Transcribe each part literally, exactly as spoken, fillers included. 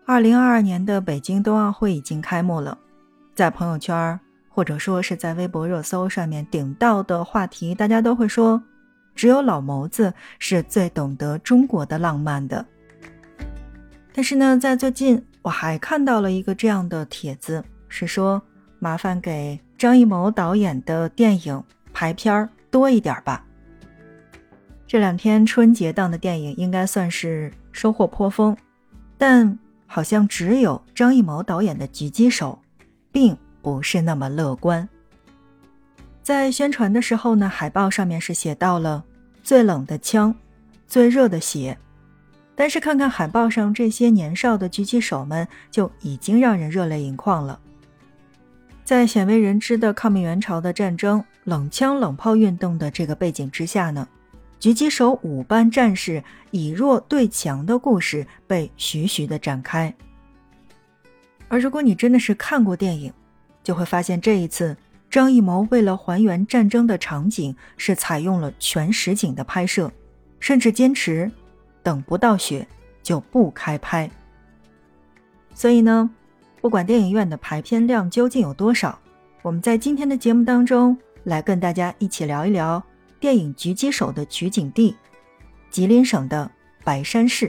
二零二二年的北京冬奥会已经开幕了，在朋友圈或者说是在微博热搜上面顶到的话题，大家都会说只有老谋子是最懂得中国的浪漫的。但是呢，在最近我还看到了一个这样的帖子，是说麻烦给张艺谋导演的电影排片多一点吧。这两天春节档的电影应该算是收获颇丰，但好像只有张艺谋导演的狙击手并不是那么乐观。在宣传的时候呢，海报上面是写到了最冷的枪，最热的血，但是看看海报上这些年少的狙击手们，就已经让人热泪盈眶了。在鲜为人知的抗美援朝的战争、冷枪冷炮运动的这个背景之下呢，狙击手五班战士以弱对强的故事被徐徐地展开。而如果你真的是看过电影，就会发现这一次张艺谋为了还原战争的场景，是采用了全实景的拍摄，甚至坚持等不到雪就不开拍。所以呢，不管电影院的排片量究竟有多少，我们在今天的节目当中来跟大家一起聊一聊电影狙击手的取景地吉林省的白山市。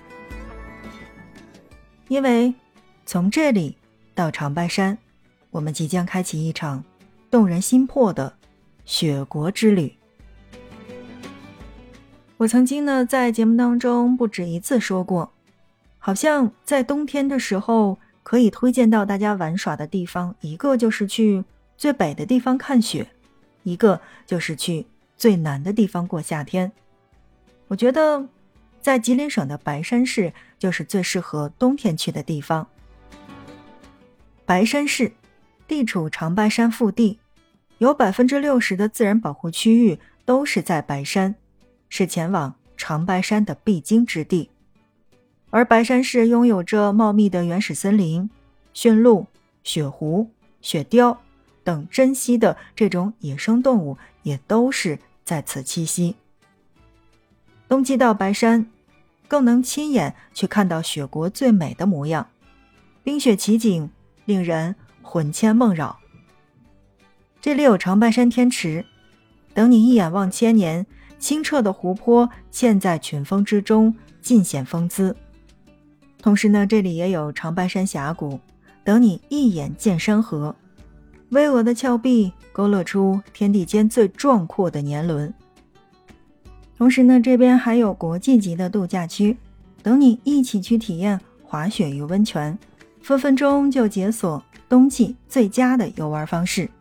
因为从这里到长白山，我们即将开启一场动人心魄的雪国之旅。我曾经呢在节目当中不止一次说过，好像在冬天的时候可以推荐到大家玩耍的地方，一个就是去最北的地方看雪，一个就是去最南的地方过夏天。我觉得在吉林省的白山市就是最适合冬天去的地方。白山市地处长白山腹地，有 百分之六十 的自然保护区域都是在白山，是前往长白山的必经之地。而白山市拥有着茂密的原始森林、驯鹿、雪狐、雪貂等珍稀的这种野生动物也都是在此栖息。冬季到白山，更能亲眼去看到雪国最美的模样，冰雪奇景令人魂牵梦绕。这里有长白山天池，等你一眼望千年，清澈的湖泊嵌在群峰之中，尽显风姿。同时呢，这里也有长白山峡谷，等你一眼见山河，巍峨的峭壁勾勒出天地间最壮阔的年轮。同时呢，这边还有国际级的度假区，等你一起去体验滑雪与温泉，分分钟就解锁冬季最佳的游玩方式。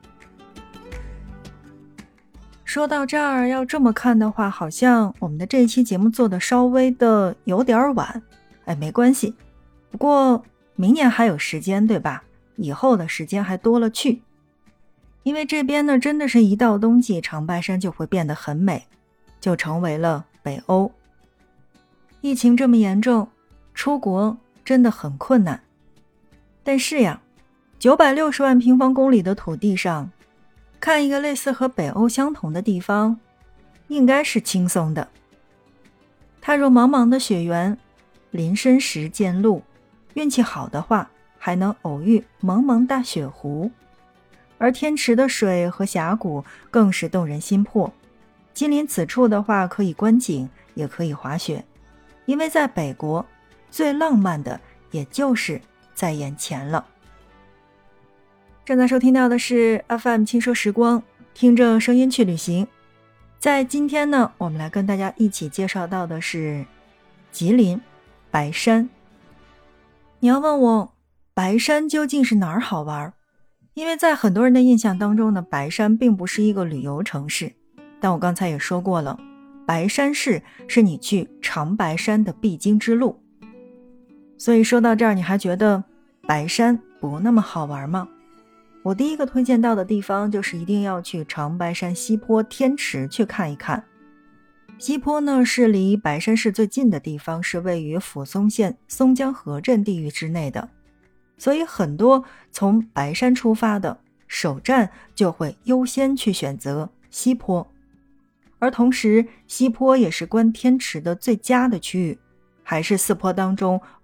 说到这儿，要这么看的话，好像我们的这一期节目做的稍微的有点晚，哎，没关系，不过明年还有时间，对吧？以后的时间还多了去。因为这边呢，真的是一到冬季，长白山就会变得很美，就成为了北欧。疫情这么严重，出国真的很困难。但是呀，九百六十万平方公里的土地上，看一个类似和北欧相同的地方，应该是轻松的。踏入茫茫的雪原，临深时见鹿，运气好的话，还能偶遇蒙蒙大雪湖。而天池的水和峡谷更是动人心魄。亲临此处的话，可以观景，也可以滑雪。因为在北国，最浪漫的也就是在眼前了。正在收听到的是 F M 轻奢时光，听着声音去旅行。在今天呢，我们来跟大家一起介绍到的是吉林白山。你要问我白山究竟是哪儿好玩？因为在很多人的印象当中呢，白山并不是一个旅游城市，但我刚才也说过了，白山市是你去长白山的必经之路。所以说到这儿，你还觉得白山不那么好玩吗？我第一个推荐到的地方就是一定要去长白山西坡天池去看一看。西坡呢是离白山市最近的地方，是位于抚松县松江河镇地域之内的，所以很多从白山出发的首站就会优先去选择西坡。而同时西坡也是观天池的最佳的区域，还是四坡当中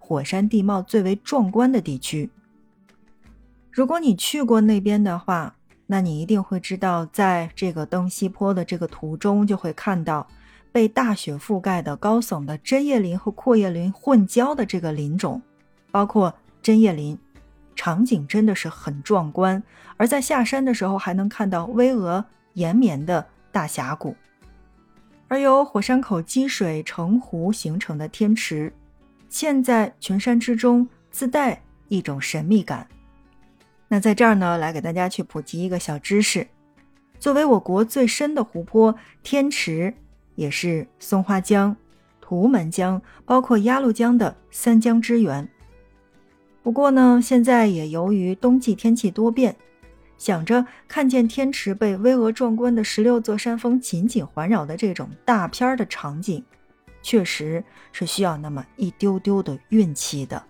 火山地貌最为壮观的地区。如果你去过那边的话，那你一定会知道，在这个登西坡的这个途中，就会看到被大雪覆盖的高耸的针叶林和阔叶林混交的这个林种，包括针叶林，场景真的是很壮观。而在下山的时候，还能看到巍峨延绵的大峡谷，而由火山口积水成湖形成的天池，嵌在群山之中，自带一种神秘感。那在这儿呢，来给大家去普及一个小知识，作为我国最深的湖泊，天池也是松花江、图们江包括鸭绿江的三江之源。不过呢，现在也由于冬季天气多变，想着看见天池被巍峨壮观的十六座山峰紧紧环绕的这种大片的场景，确实是需要那么一丢丢的运气的。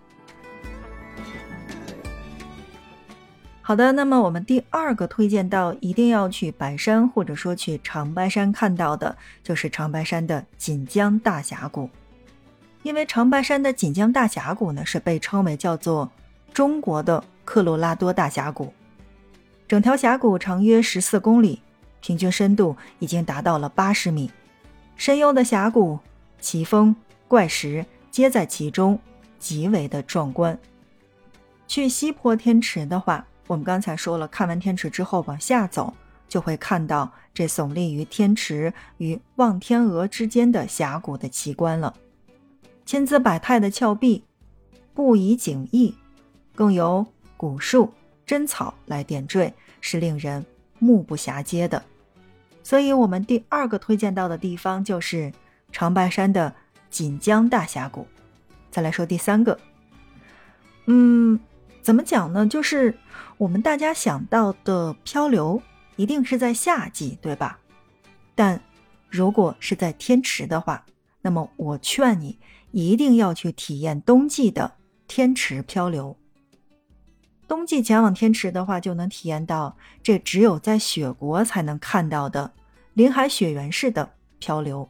好的，那么我们第二个推荐到一定要去白山或者说去长白山看到的，就是长白山的锦江大峡谷。因为长白山的锦江大峡谷呢，是被称为叫做中国的科罗拉多大峡谷。整条峡谷长约十四公里，平均深度已经达到了八十米。深幽的峡谷，奇峰怪石皆在其中，极为的壮观。去西坡天池的话，我们刚才说了，看完天池之后往下走，就会看到这耸立于天池与望天鹅之间的峡谷的奇观了。千姿百态的峭壁，不以景异，更由古树真草来点缀，是令人目不暇接的。所以我们第二个推荐到的地方就是长白山的锦江大峡谷。再来说第三个，嗯，怎么讲呢？就是我们大家想到的漂流一定是在夏季，对吧？但如果是在天池的话，那么我劝你一定要去体验冬季的天池漂流。冬季前往天池的话，就能体验到这只有在雪国才能看到的林海雪原式的漂流。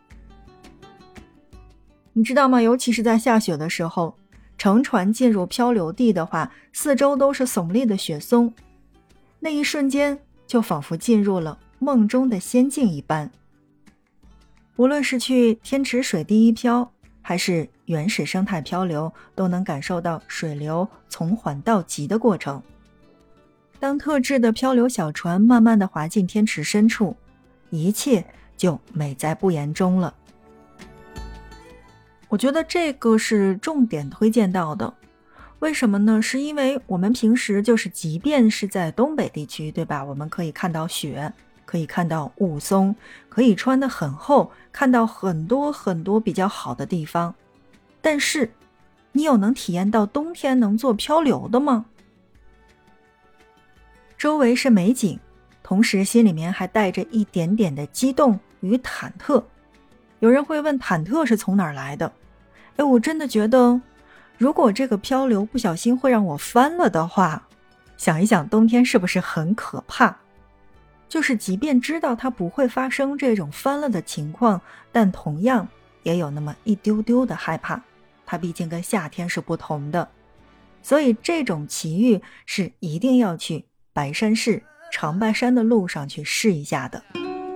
你知道吗？尤其是在下雪的时候，乘船进入漂流地的话，四周都是耸立的雪松，那一瞬间就仿佛进入了梦中的仙境一般。无论是去天池水第一漂，还是原始生态漂流，都能感受到水流从缓到急的过程。当特制的漂流小船慢慢地滑进天池深处，一切就美在不言中了。我觉得这个是重点推荐到的。为什么呢？是因为我们平时就是即便是在东北地区，对吧？我们可以看到雪，可以看到雾凇，可以穿得很厚，看到很多很多比较好的地方。但是你有能体验到冬天能做漂流的吗？周围是美景，同时心里面还带着一点点的激动与忐忑。有人会问，忐忑是从哪儿来的？哎，我真的觉得如果这个漂流不小心会让我翻了的话，想一想冬天是不是很可怕？就是即便知道它不会发生这种翻了的情况，但同样也有那么一丢丢的害怕，它毕竟跟夏天是不同的。所以这种奇遇是一定要去白山市长白山的路上去试一下的。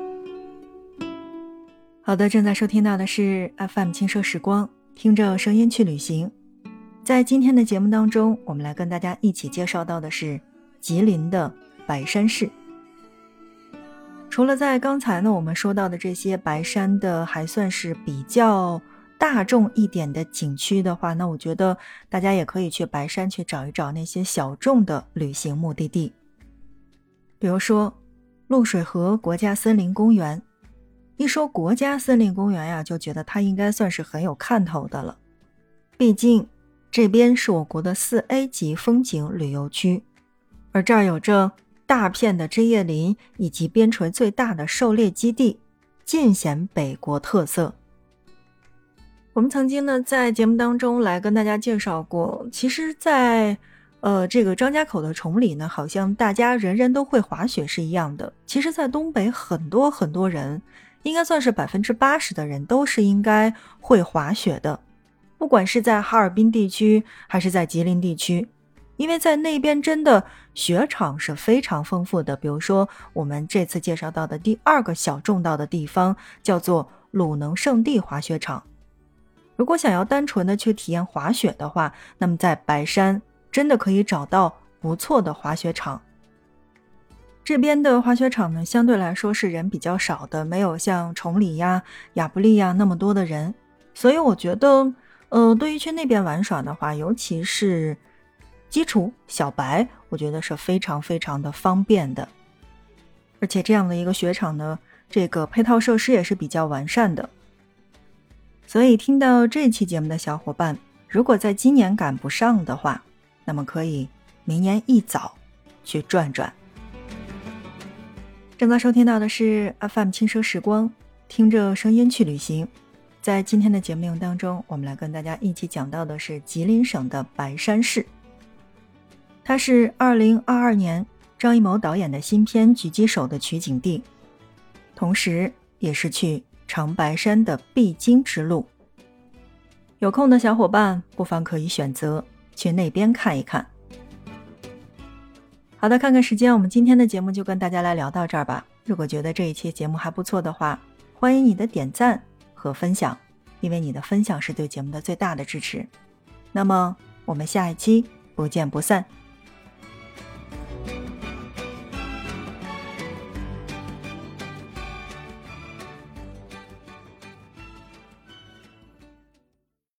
好的，正在收听到的是 F M 轻奢时光，听着声音去旅行。在今天的节目当中，我们来跟大家一起介绍到的是吉林的白山市。除了在刚才呢我们说到的这些白山的还算是比较大众一点的景区的话，那我觉得大家也可以去白山去找一找那些小众的旅行目的地。比如说露水河国家森林公园，一说国家森林公园呀，就觉得它应该算是很有看头的了。毕竟这边是我国的 四 A 级风景旅游区，而这儿有着大片的针叶林以及边陲最大的狩猎基地，尽显北国特色。我们曾经呢在节目当中来跟大家介绍过，其实在呃这个张家口的崇礼呢，好像大家人人都会滑雪是一样的。其实在东北很多很多人，应该算是百分之八十的人都是应该会滑雪的。 不管是在哈尔滨地区还是在吉林地区，因为在那边真的雪场是非常丰富的。比如说我们这次介绍到的第二个小众到的地方叫做鲁能圣地滑雪场。如果想要单纯的去体验滑雪的话，那么在白山真的可以找到不错的滑雪场。这边的滑雪场呢，相对来说是人比较少的，没有像崇礼呀、亚布力呀那么多的人，所以我觉得呃，对于去那边玩耍的话，尤其是基础小白，我觉得是非常非常的方便的。而且这样的一个雪场呢，这个配套设施也是比较完善的。所以听到这期节目的小伙伴，如果在今年赶不上的话，那么可以明年一早去转转。正在收听到的是 F M 轻奢时光，听着声音去旅行。在今天的节目内容当中，我们来跟大家一起讲到的是吉林省的白山市。它是二零二二年张艺谋导演的新片《狙击手》的取景地，同时也是去长白山的必经之路。有空的小伙伴不妨可以选择去那边看一看。好的，看看时间，我们今天的节目就跟大家来聊到这儿吧。如果觉得这一期节目还不错的话，欢迎你的点赞和分享，因为你的分享是对节目的最大的支持。那么我们下一期不见不散。